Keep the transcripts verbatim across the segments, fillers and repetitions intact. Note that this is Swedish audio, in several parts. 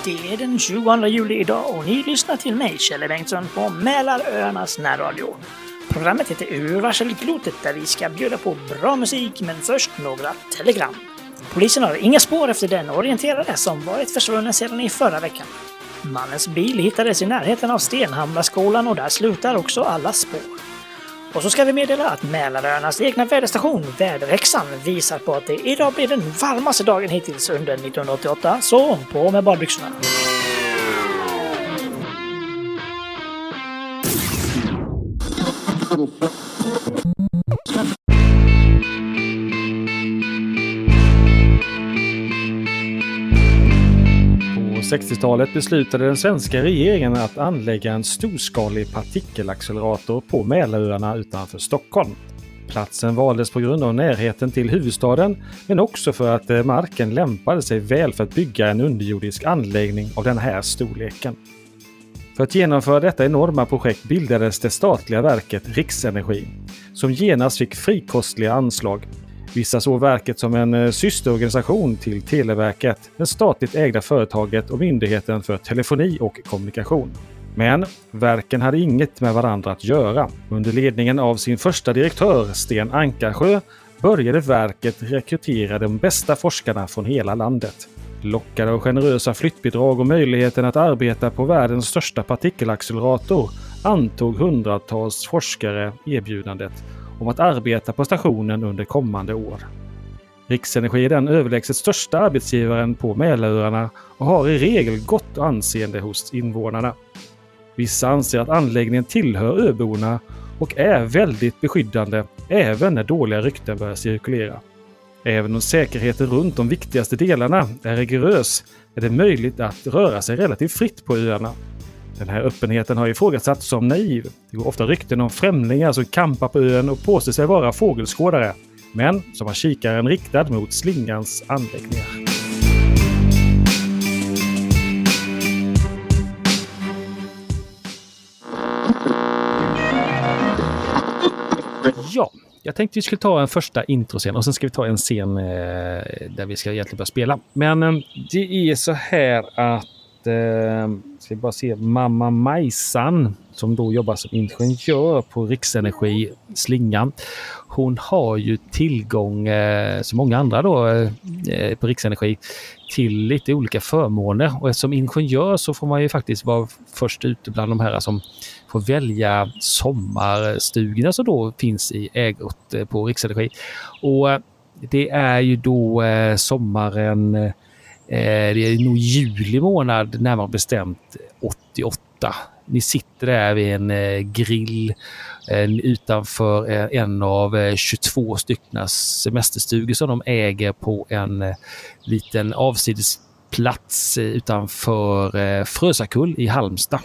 Det är den tjugoandra juli idag och ni lyssnar till mig, Kjell Bengtsson, på Mälaröarnas närradio. Programmet heter Urvarselklotet där vi ska bjuda på bra musik, men först några telegram. Polisen har inga spår efter den orienterade som varit försvunnen sedan i förra veckan. Mannens bil hittades i närheten av Stenhamraskolan och där slutar också alla spår. Och så ska vi meddela att Mälaröarnas egna väderstation, Väderhäxan, visar på att det idag blir den varmaste dagen hittills under nittonhundraåttioåtta, så på med badbyxorna. På sextiotalet beslutade den svenska regeringen att anlägga en storskalig partikelaccelerator på Mälaröarna utanför Stockholm. Platsen valdes på grund av närheten till huvudstaden, men också för att marken lämpade sig väl för att bygga en underjordisk anläggning av den här storleken. För att genomföra detta enorma projekt bildades det statliga verket Riksenergi, som genast fick frikostliga anslag. Vissa såg verket som en systerorganisation till Televerket, det statligt ägda företaget och myndigheten för telefoni och kommunikation. Men verken hade inget med varandra att göra. Under ledningen av sin första direktör, Sten Ankarsjö, började verket rekrytera de bästa forskarna från hela landet. Lockade av generösa flyttbidrag och möjligheten att arbeta på världens största partikelaccelerator antog hundratals forskare erbjudandet om att arbeta på stationen under kommande år. Riksenergi är den överlägset största arbetsgivaren på Mälaröarna och har i regel gott anseende hos invånarna. Vissa anser att anläggningen tillhör öborna och är väldigt beskyddande även när dåliga rykten börjar cirkulera. Även om säkerheten runt de viktigaste delarna är rigorös är det möjligt att röra sig relativt fritt på öarna. Den här öppenheten har ifrågasatts som naiv. Det går ofta rykten om främlingar som kampar på ön och påstår sig vara fågelskådare, men som har kikaren riktad mot slingans anläggningar. Ja, jag tänkte vi skulle ta en första introscen och sen ska vi ta en scen eh, där vi ska egentligen börja spela. Men eh, det är så här att eh, ska vi bara se Mamma Majsan som då jobbar som ingenjör på Riksenergi Slingan. Hon har ju tillgång eh, som många andra då eh, på Riksenergi till lite olika förmåner, och som ingenjör så får man ju faktiskt vara först ute bland de här som får välja sommarstugorna som då finns i ägot eh, på Riksenergi. Och eh, det är ju då eh, sommaren eh, det är nog juli månad närmare bestämt åttioåtta. Ni sitter där vid en eh, grill eh, utanför eh, en av eh, tjugotvå stycken semesterstugor som de äger på en eh, liten avsidesplats eh, utanför eh, Frösakull i Halmstad.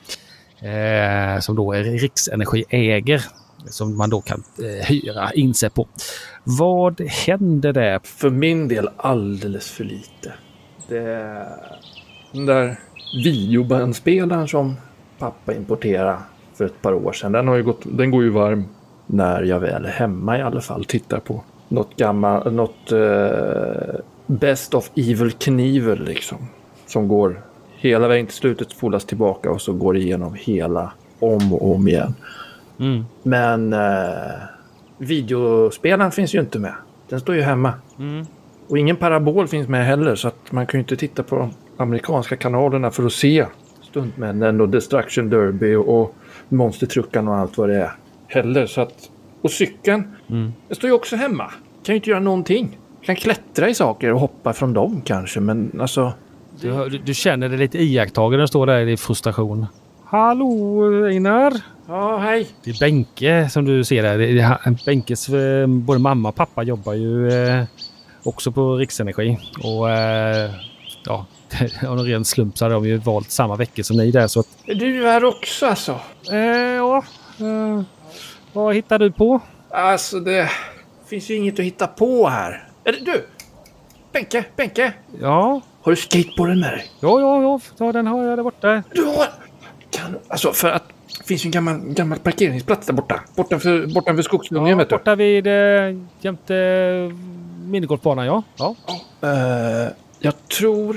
Eh, som då är Riksenergi äger, som man då kan eh, hyra in sig på. Vad händer där? För min del alldeles för lite. Det den där videobandspelaren som pappa importerade för ett par år sedan, den har ju gått, den går ju varm när jag väl är hemma i alla fall, tittar på något gammalt, något uh, Best of Evil Knievel liksom, som går hela vägen till slutet, spolas tillbaka och så går det igenom hela om och om igen. Mm. Men uh, videospelaren finns ju inte med. Den står ju hemma. Mm. Och ingen parabol finns med heller, så att man kan ju inte titta på de amerikanska kanalerna för att se Stuntmännen och Destruction Derby och Monstertruckan och allt vad det är heller. Så att, och cykeln, mm. den står ju också hemma. Kan ju inte göra någonting. Kan klättra i saker och hoppa från dem kanske, men alltså... Du, du, du känner det lite iakttagen när du står där i frustration. Hallå Einar! Ja, hej! Det är Benke som du ser där. Det är, Benkes både mamma och pappa jobbar ju eh, också på Riksenergi. Och eh, ja, av någon ren slump så hade de ju valt samma vecka som ni där. Så att... Är du här också alltså? Eh, ja, eh, vad hittar du på? Alltså det finns ju inget att hitta på här. Är det du? Benke, Benke? Ja? Har du skateboarden med dig? Ja, ja, ja, ja, den har jag där borta. Du har... Kan... Alltså för att det finns ju en gammal, gammal parkeringsplats där borta. Bortanför, bortanför Skogslungen, ja, vet du. Borta vid äh, jämte minigolfbanan, ja. ja. ja uh, jag tror...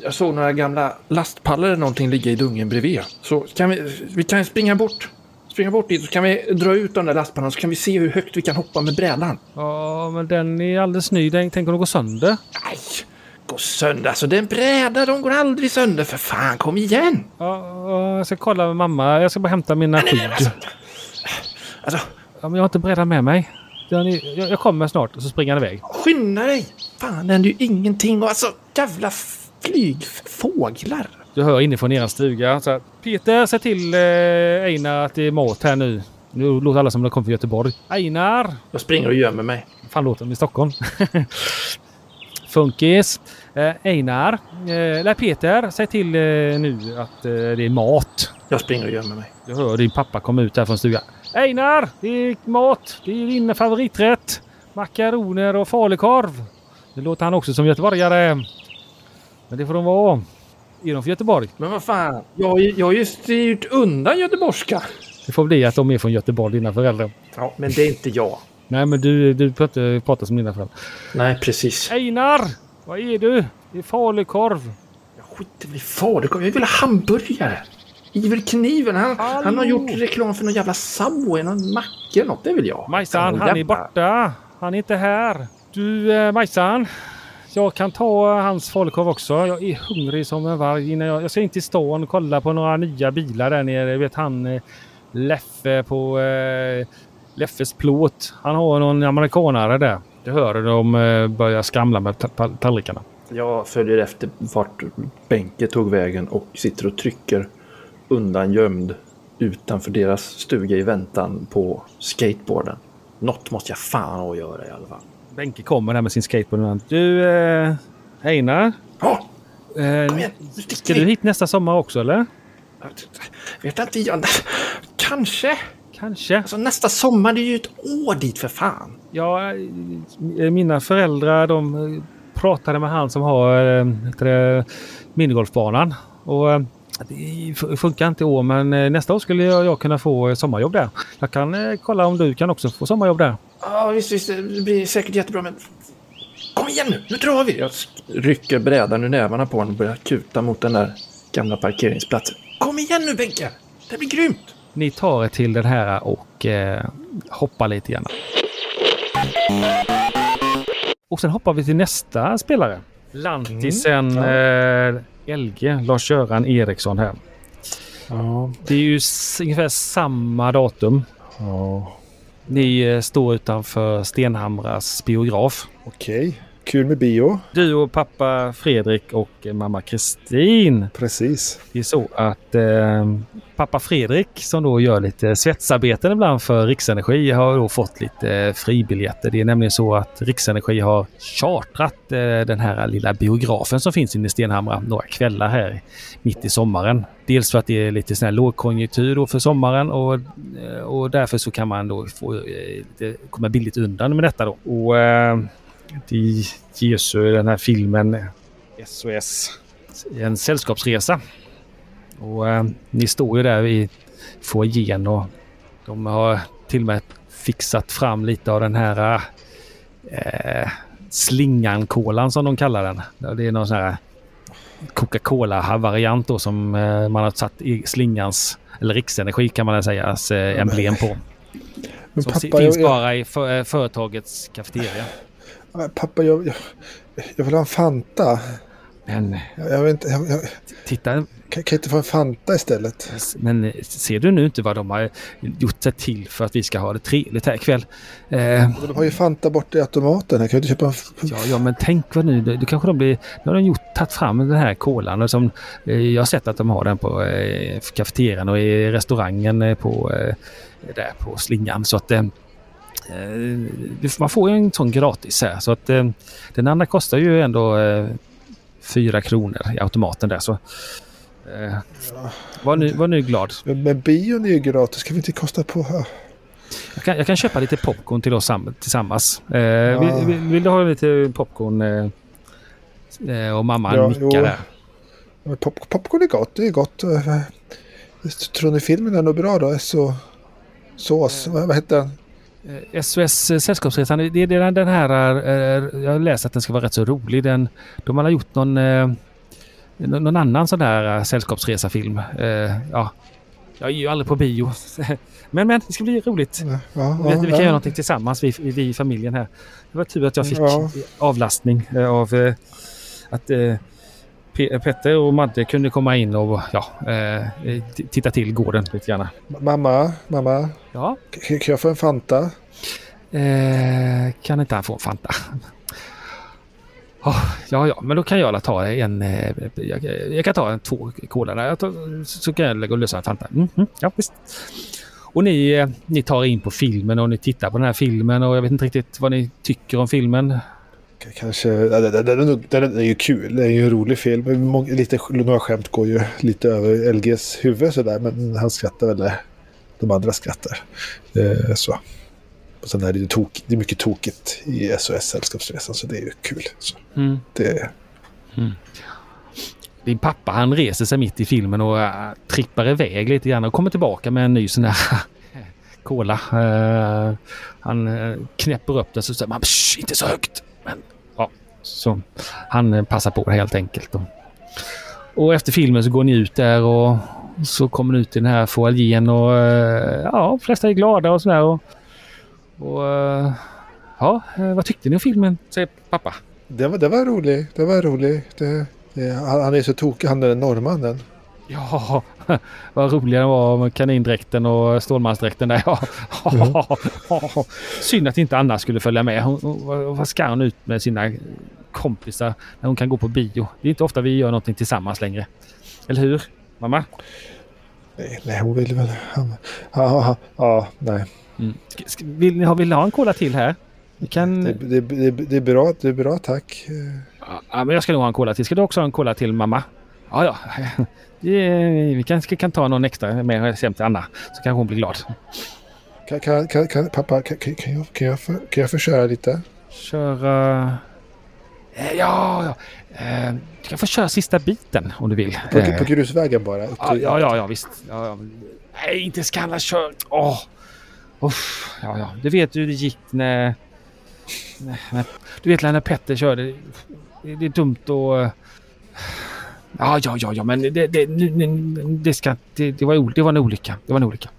jag såg några gamla lastpallar eller någonting ligga i dungen bredvid. Så kan vi, vi kan springa bort. Springa bort dit så kan vi dra ut de där lastpallarna så kan vi se hur högt vi kan hoppa med brädan. Ja, men den är alldeles ny. Den tänker gå sönder. Nej, gå sönder. Alltså det är en bräda. De går aldrig sönder. För fan, kom igen. Ja, jag ska kolla med mamma. Jag ska bara hämta mina nej, skydd. nej, alltså, alltså. Ja, men jag har inte brädan med mig. Jag, jag kommer snart och så springer han iväg. Skynda dig. Fan, det är ju ingenting. Och alltså, jävla flygfåglar. Du hör inifrån er stuga. Så här, Peter, säg till eh, Einar att det är mat här nu. Nu låter alla som de kommer från Göteborg. Einar! Jag springer och gömmer mig. Fan låter de i Stockholm. Funkis. Eh, Einar. Eh, eller Peter, säg till eh, nu att eh, det är mat. Jag springer och gömmer mig. Du hör din pappa komma ut här från stugan. Einar, det är mat. Det är din favoriträtt. Makaroner och falukorv. Det låter han också som göteborgare. Men det får de vara. Är de från Göteborg? Men vad fan, jag, jag har ju styrt undan göteborgska. Det får bli att de är från Göteborg, dina föräldrar. Ja, men det är inte jag. Nej, men du, du får inte prata som dina föräldrar. Nej, precis. Einar, vad är du? Det är falukorv. Jag skiter väl i falukorv. Jag vill ha hamburgare. Iver Kniven, han, han har gjort reklam för någon jävla Subway, någon macka eller något, det vill jag. Majsan, han är borta. Han är inte här. Du, eh, Majsan. Jag kan ta hans falukorv också. Jag är hungrig som en varg. Innan jag, jag ska inte i stan och kolla på några nya bilar där nere. Jag vet han eh, Leffe på eh, Leffes plåt. Han har någon amerikanare där. Du hör de eh, börjar skramla med t- tallrikarna. Jag följer efter vart Benke tog vägen och sitter och trycker undan gömd utanför deras stuga i väntan på skateboarden. Något måste jag fan att göra i alla fall. Benke kommer där med sin skateboard. Du, eh, Einar. Ja! Eh, ska du hit nästa sommar också, eller? Vet inte jag. Kanske. Kanske. Alltså, nästa sommar, det är ju ett år dit för fan. Ja, mina föräldrar, de pratade med han som har äh, minigolfbanan. Och äh, det funkar inte i år, men nästa år skulle jag, jag kunna få sommarjobb där. Jag kan äh, kolla om du kan också få sommarjobb där. Ja, visst, visst. Det blir säkert jättebra, men kom igen nu, nu drar vi. Jag rycker brädan ur nävarna på honom och börjar kuta mot den där gamla parkeringsplatsen. Kom igen nu, Benke. Det blir grymt. Ni tar er till den här och eh, hoppar lite grann. Och sen hoppar vi till nästa spelare. Lantisen mm. eh, L G, Lars-Göran Eriksson här. Ja. Det är ju s- ungefär samma datum. Ja. Ni eh, står utanför Stenhamras biograf. Okej, kul med bio. Du och pappa Fredrik och eh, mamma Kristin. Precis. Det är så att eh, pappa Fredrik, som då gör lite svetsarbeten ibland för Riksenergi, har då fått lite eh, fribiljetter. Det är nämligen så att Riksenergi har chartrat eh, den här lilla biografen som finns inne i Stenhamra några kvällar här mitt i sommaren. Dels för att det är lite sån här lågkonjunktur då för sommaren och, eh, och därför så kan man då få eh, lite, komma billigt undan med detta då. Och eh, det ges ju den här filmen S O S, en sällskapsresa. Och eh, ni står ju där i foajén och de har till och med fixat fram lite av den här eh, slingan-kolan som de kallar den. Det är någon sån här Coca-Cola-variant då som eh, man har satt i slingans, eller Riksenergi kan man säga, alltså, eh, emblem på. Men som pappa, finns jag, bara i för, företagets kafeteria. Pappa, jag, jag, jag vill ha en Fanta. Men Jag, jag vet inte, jag, jag, titta, kan, kan jag inte få en Fanta istället? men ser du nu inte vad de har gjort sig till för att vi ska ha det trevligt här ikväll? Eh, De har ju Fanta bort i automaten. Jag kan ju inte köpa en... ja, ja, men tänk vad nu, du kanske de blir, nu har de gjort, tagit fram den här kolan. Som, eh, jag har sett att de har den på eh, kafeterian och i restaurangen eh, på, eh, där på slingan. Så att eh, man får ju en sån gratis här. Så att eh, den andra kostar ju ändå eh, fyra kronor i automaten där. Så eh, var, nu, var nu glad. Men, men bion är ju gratis. Kan vi inte kosta på här? Jag kan, jag kan köpa lite popcorn till oss sam- tillsammans. Eh, ja. vill, vill, vill du ha lite popcorn eh, och mamma ja, nickar jo. där? Ja, pop, popcorn är gott. Det är gott. Tror ni filmen är nog bra då? Så, sås. Vad, vad heter den? S O S Sällskapsresan, det är den, den här, jag har läst att den ska vara rätt så rolig. Den, de har gjort någon, någon annan sån där uh, sällskapsresafilm. Uh, ja, jag är ju aldrig på bio. men, men det ska bli roligt. Ja, ja, vi, vi kan ja. göra någonting tillsammans, vi, vi i familjen här. Det var tur att jag fick Ja. avlastning uh, av uh, att uh, P- Petter och Madde kunde komma in och ja, uh, t- titta till gården lite grann. Mamma, mamma, Ja, kan kan jag få en Fanta? uh, kan inte han få en Fanta? Oh, ja, ja, men då kan jag alla ta en... Eh, jag, jag kan ta en två cola där. Jag tar, så kan jag lägga och lösa en Fanta. Mm, mm, ja, visst. Och ni, eh, ni tar in på filmen och ni tittar på den här filmen och jag vet inte riktigt vad ni tycker om filmen. K- Kanske, ja, den, den, den, den är ju kul, det är ju en rolig film. Men många, lite, några skämt går ju lite över L G:s huvud sådär, men han skrattar väl där. De andra skrattar. Eh, så. Och sen är det ju tok, det är mycket tokigt i S O S-sällskapsresan, så det är ju kul. Så Mm. det, Mm. Din pappa, han reser sig mitt i filmen och uh, trippar iväg lite grann och kommer tillbaka med en ny sån här cola. Uh, han uh, knäpper upp det så säger man inte så högt. Men ja, så han uh, passar på det helt enkelt. Och, och efter filmen så går ni ut där och så kommer ni ut i den här foajén och uh, ja, de flesta är glada och sådär. Och, och uh, ja, uh, vad tyckte ni om filmen, säger pappa? det, var, det var roligt. Det var roligt. Det, det, han, han är så tokig, han är den norrmannen. Ja, vad rolig den var med kanindräkten och stålmansdräkten där. Ja. Mm. Synd att inte Anna skulle följa med. Hon, hon, vad ska hon ut med sina kompisar när hon kan gå på bio? Det är inte ofta vi gör någonting tillsammans längre. Eller hur, mamma? Nej, nej hon vill väl... Han, ja, ja, ja, nej. Mm. Ska, vill ni ha, vill ni ha en cola till här? Vi kan... Det, det, det, det, är bra, det är bra, tack. Ja, men jag ska nog ha en cola till. Ska du också ha en cola till, mamma? Ja, ja. Det, vi kanske kan ta någon extra med hem till Anna. Så kanske hon blir glad. Kan, kan, kan, kan, pappa, kan, kan, kan, jag, kan, jag få, kan jag få köra lite? Köra... Eh, Ja, ja. Eh, Du kan få köra sista biten om du vill. På, Eh, på grusvägen bara. Ja, ja, ja, ja visst. Ja, ja. Nej, inte ska alla köra. Åh. Uff, ja, ja. Du vet hur det gick när... när, när du vet när Petter körde. Det, det är dumt att... Ja, ja, ja, ja, men det, det, det, det ska... Det, det, var, det var en olycka. Det var en olycka.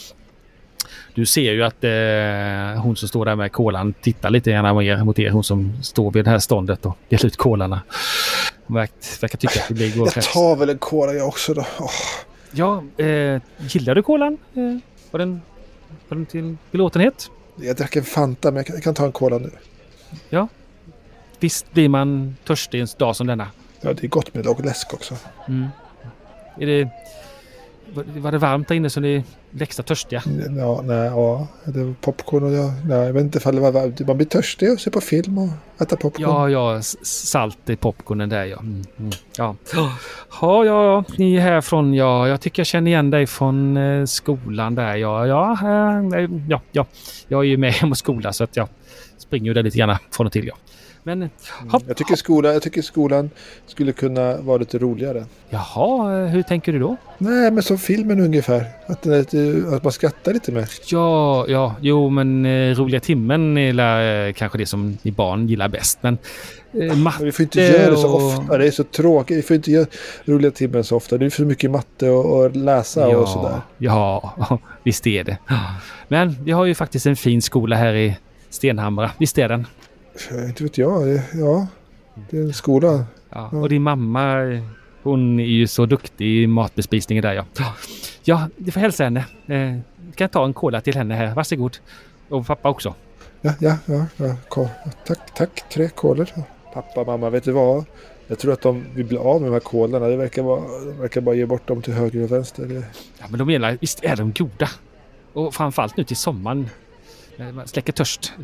Du ser ju att eh, hon som står där med kolan tittar lite grann mot er. Hon som står vid det här ståndet och delar ut kolarna. Hon verkar, verkar tycka att det blir går Jag tar väl en cola jag också då. Oh. Ja, eh, gillar du kolan? Eh, var, den, var den till belåtenhet? Jag drack en Fanta, men jag kan, jag kan ta en cola nu. Ja. Visst blir man törstig en dag som denna. Ja, det är gott med lågläsk också. Mm. Är det, var, var det varmt där inne så ni är extra törstiga? Ja, nej, ja. Det var popcorn och jag... Nej, jag vet inte ifall det var varmt. Man blir törstig och se på film och äta popcorn. Ja, ja, s- salt i popcornen där, ja. Mm, mm, ja. Ja, ja, ja, ni är härifrån, ja. Jag tycker jag känner igen dig från eh, skolan där, ja. Ja, eh, ja, ja. Jag är ju med hem och skola så att jag springer ju där lite grann från och till, ja. Men, hopp, Jag tycker, skola, jag tycker skolan skulle kunna vara lite roligare. jaha, hur tänker du då? Nej, men som filmen ungefär. Att, det är lite- att man skrattar lite mer. Ja, ja, jo, men eh, roliga timmen är eh, kanske det som ni barn gillar bäst. Men eh, matte Men vi får inte göra det så och- ofta. Det är så tråkigt. Vi får inte göra roliga timmen så ofta. Det är för mycket matte och, och läsa och sådär. Ja, visst är det. Men vi har ju faktiskt en fin skola här i Stenhamra. Visst är den? Inte vet jag. Det, ja, det är en skola. Ja. Och din mamma, hon är ju så duktig i matbespisningen där, ja. Ja, du får hälsa henne. Eh, du kan ta en cola till henne här. Varsågod. Och pappa också. Ja, ja, ja. ja. Ko- Tack, tack. Tre kolor. Pappa, mamma, vet du vad? Jag tror att de vill bli av med de här kolorna. Det verkar, vara, de verkar bara ge bort dem till höger och vänster. Det... Ja, men de menar, visst är de goda. Och framförallt nu till sommaren. Eh, Man släcker törst.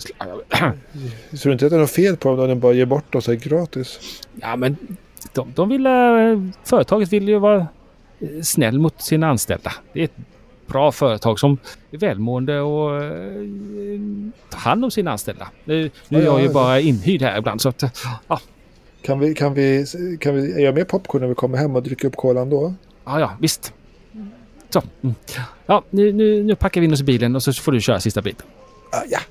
Jag tror inte att det är något fel på dem om de bara ger bort dem så här gratis. Ja, men de, de vill, eh, företaget vill ju vara eh, snäll mot sina anställda. Det är ett bra företag som är välmående och eh, tar hand om sina anställda. Nu, nu är Ja, jag ju ja, bara inhyrd här ibland så att, ja, Kan vi, kan vi, kan vi göra mer popcorn när vi kommer hem och dricka upp kolan då? ja, ja visst. Så. Mm. Ja, nu, nu, nu packar vi in oss i bilen och så får du köra sista biten. Ah, ja.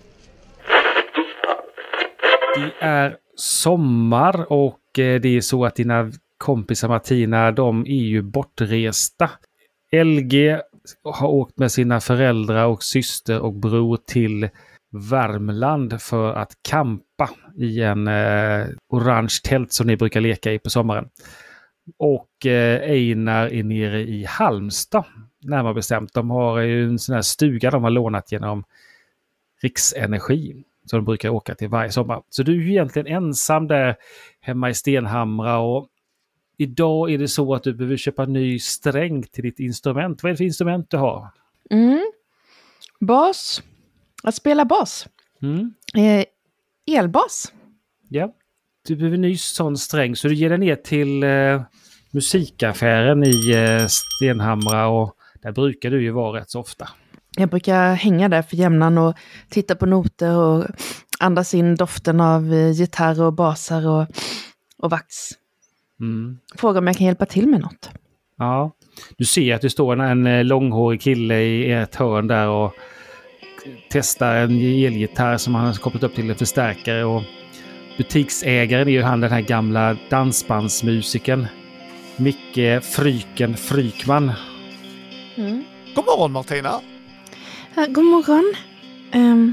Det är sommar och eh, det är så att dina kompisar Martina, de är ju bortresta. L G har åkt med sina föräldrar och syster och bror till Värmland för att kampa i en eh, orange tält som ni brukar leka i på sommaren. Och eh, Einar är nere i Halmstad, närmare bestämt. De har ju en sån här stuga de har lånat genom Riksenergi. Så de brukar åka till varje sommar. Så du är ju egentligen ensam där hemma i Stenhamra. Och idag är det så att du behöver köpa en ny sträng till ditt instrument. Vad är det för instrument du har? Mm. Bas. Att spela bas. Mm. Eh, elbas. Ja. Du behöver en ny sån sträng. Så du ger dig ner till eh, musikaffären i eh, Stenhamra. Och där brukar du ju vara rätt så ofta. Jag brukar hänga där för jämnan och titta på noter och andas in doften av eh, gitarr och basar och, och vax. Mm. Fråga om jag kan hjälpa till med något. Ja, du ser att det står en, en långhårig kille i ett hörn där och testar en elgitarr som han har kopplat upp till en förstärkare. Och butiksägaren är ju han, den här gamla dansbandsmusiken Micke Fryken Frykman. Mm. God morgon Martina. Ja, god morgon. Um,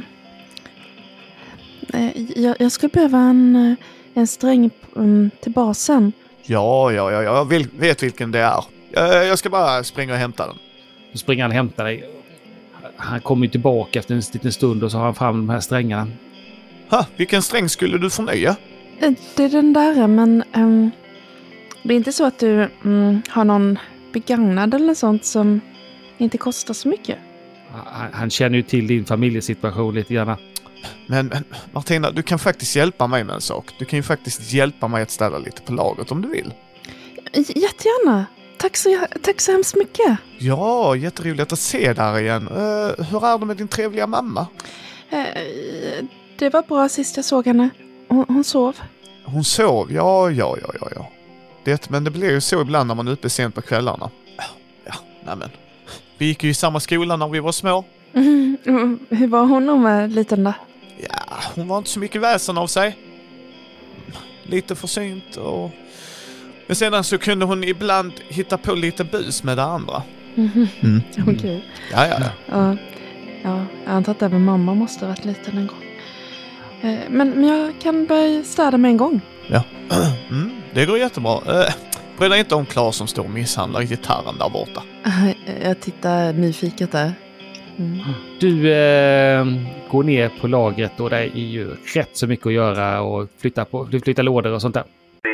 uh, jag, jag skulle behöva en, en sträng um, till basen. Ja, ja, ja, jag vill, vet vilken det är. Jag, jag ska bara springa och hämta den. Då springer han och hämtar dig. Han kommer ju tillbaka efter en liten stund och så har han fram de här strängarna. Ha, vilken sträng skulle du förnöja? Uh, det är den där, men um, det är inte så att du um, har någon begagnad eller sånt som inte kostar så mycket. Han, han känner ju till din familjesituation lite grann. Men, men Martina, du kan faktiskt hjälpa mig med en sak. Du kan ju faktiskt hjälpa mig att ställa lite på lagret om du vill. J- jättegärna. Tack så, tack så hemskt mycket. Ja, jätteroligt att se där igen. Uh, hur är det med din trevliga mamma? Uh, det var bra sist jag såg henne. Hon, hon sov. Hon sov, ja, ja, ja, ja, ja. Det, men det blir ju så ibland när man är uppe sent på kvällarna. Ja, nämen. Vi gick ju i samma skola när vi var små. Mm, hur var hon när hon var liten då? Ja, hon var inte så mycket väsen av sig. Lite försynt och... Men sedan så kunde hon ibland hitta på lite bus med det andra. Mm. Mm. Okej. Okay. Ja, ja, ja. Ja, ja, jag antar att även mamma måste ha varit liten en gång. Men, men jag kan börja städa med en gång. Ja, mm, det går jättebra. Eh, Bry dig inte om Claes som står och misshandlar gitarren där borta. Jag tittar nyfiket där. Mm. Du eh, går ner på lagret och det är ju rätt så mycket att göra och flytta, på, flytta lådor och sånt där.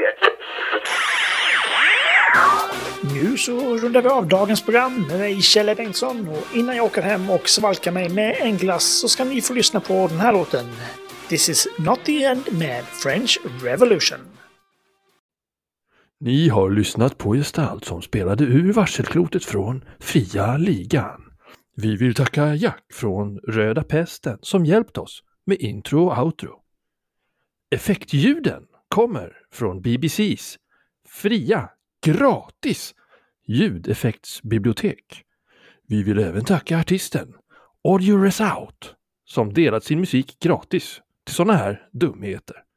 Nu så rundar vi av dagens program med mig, Kjell Bengtsson. Och innan jag åker hem och svalkar mig med en glass så ska ni få lyssna på den här låten. This is not the end med French Revolution. Ni har lyssnat på Gestalt som spelade ur varselklotet från Fria Ligan. Vi vill tacka Jack från Röda Pesten som hjälpt oss med intro och outro. Effektljuden kommer från B B C:s fria, gratis ljudeffektsbibliotek. Vi vill även tacka artisten Audio Resout som delat sin musik gratis till såna här dumheter.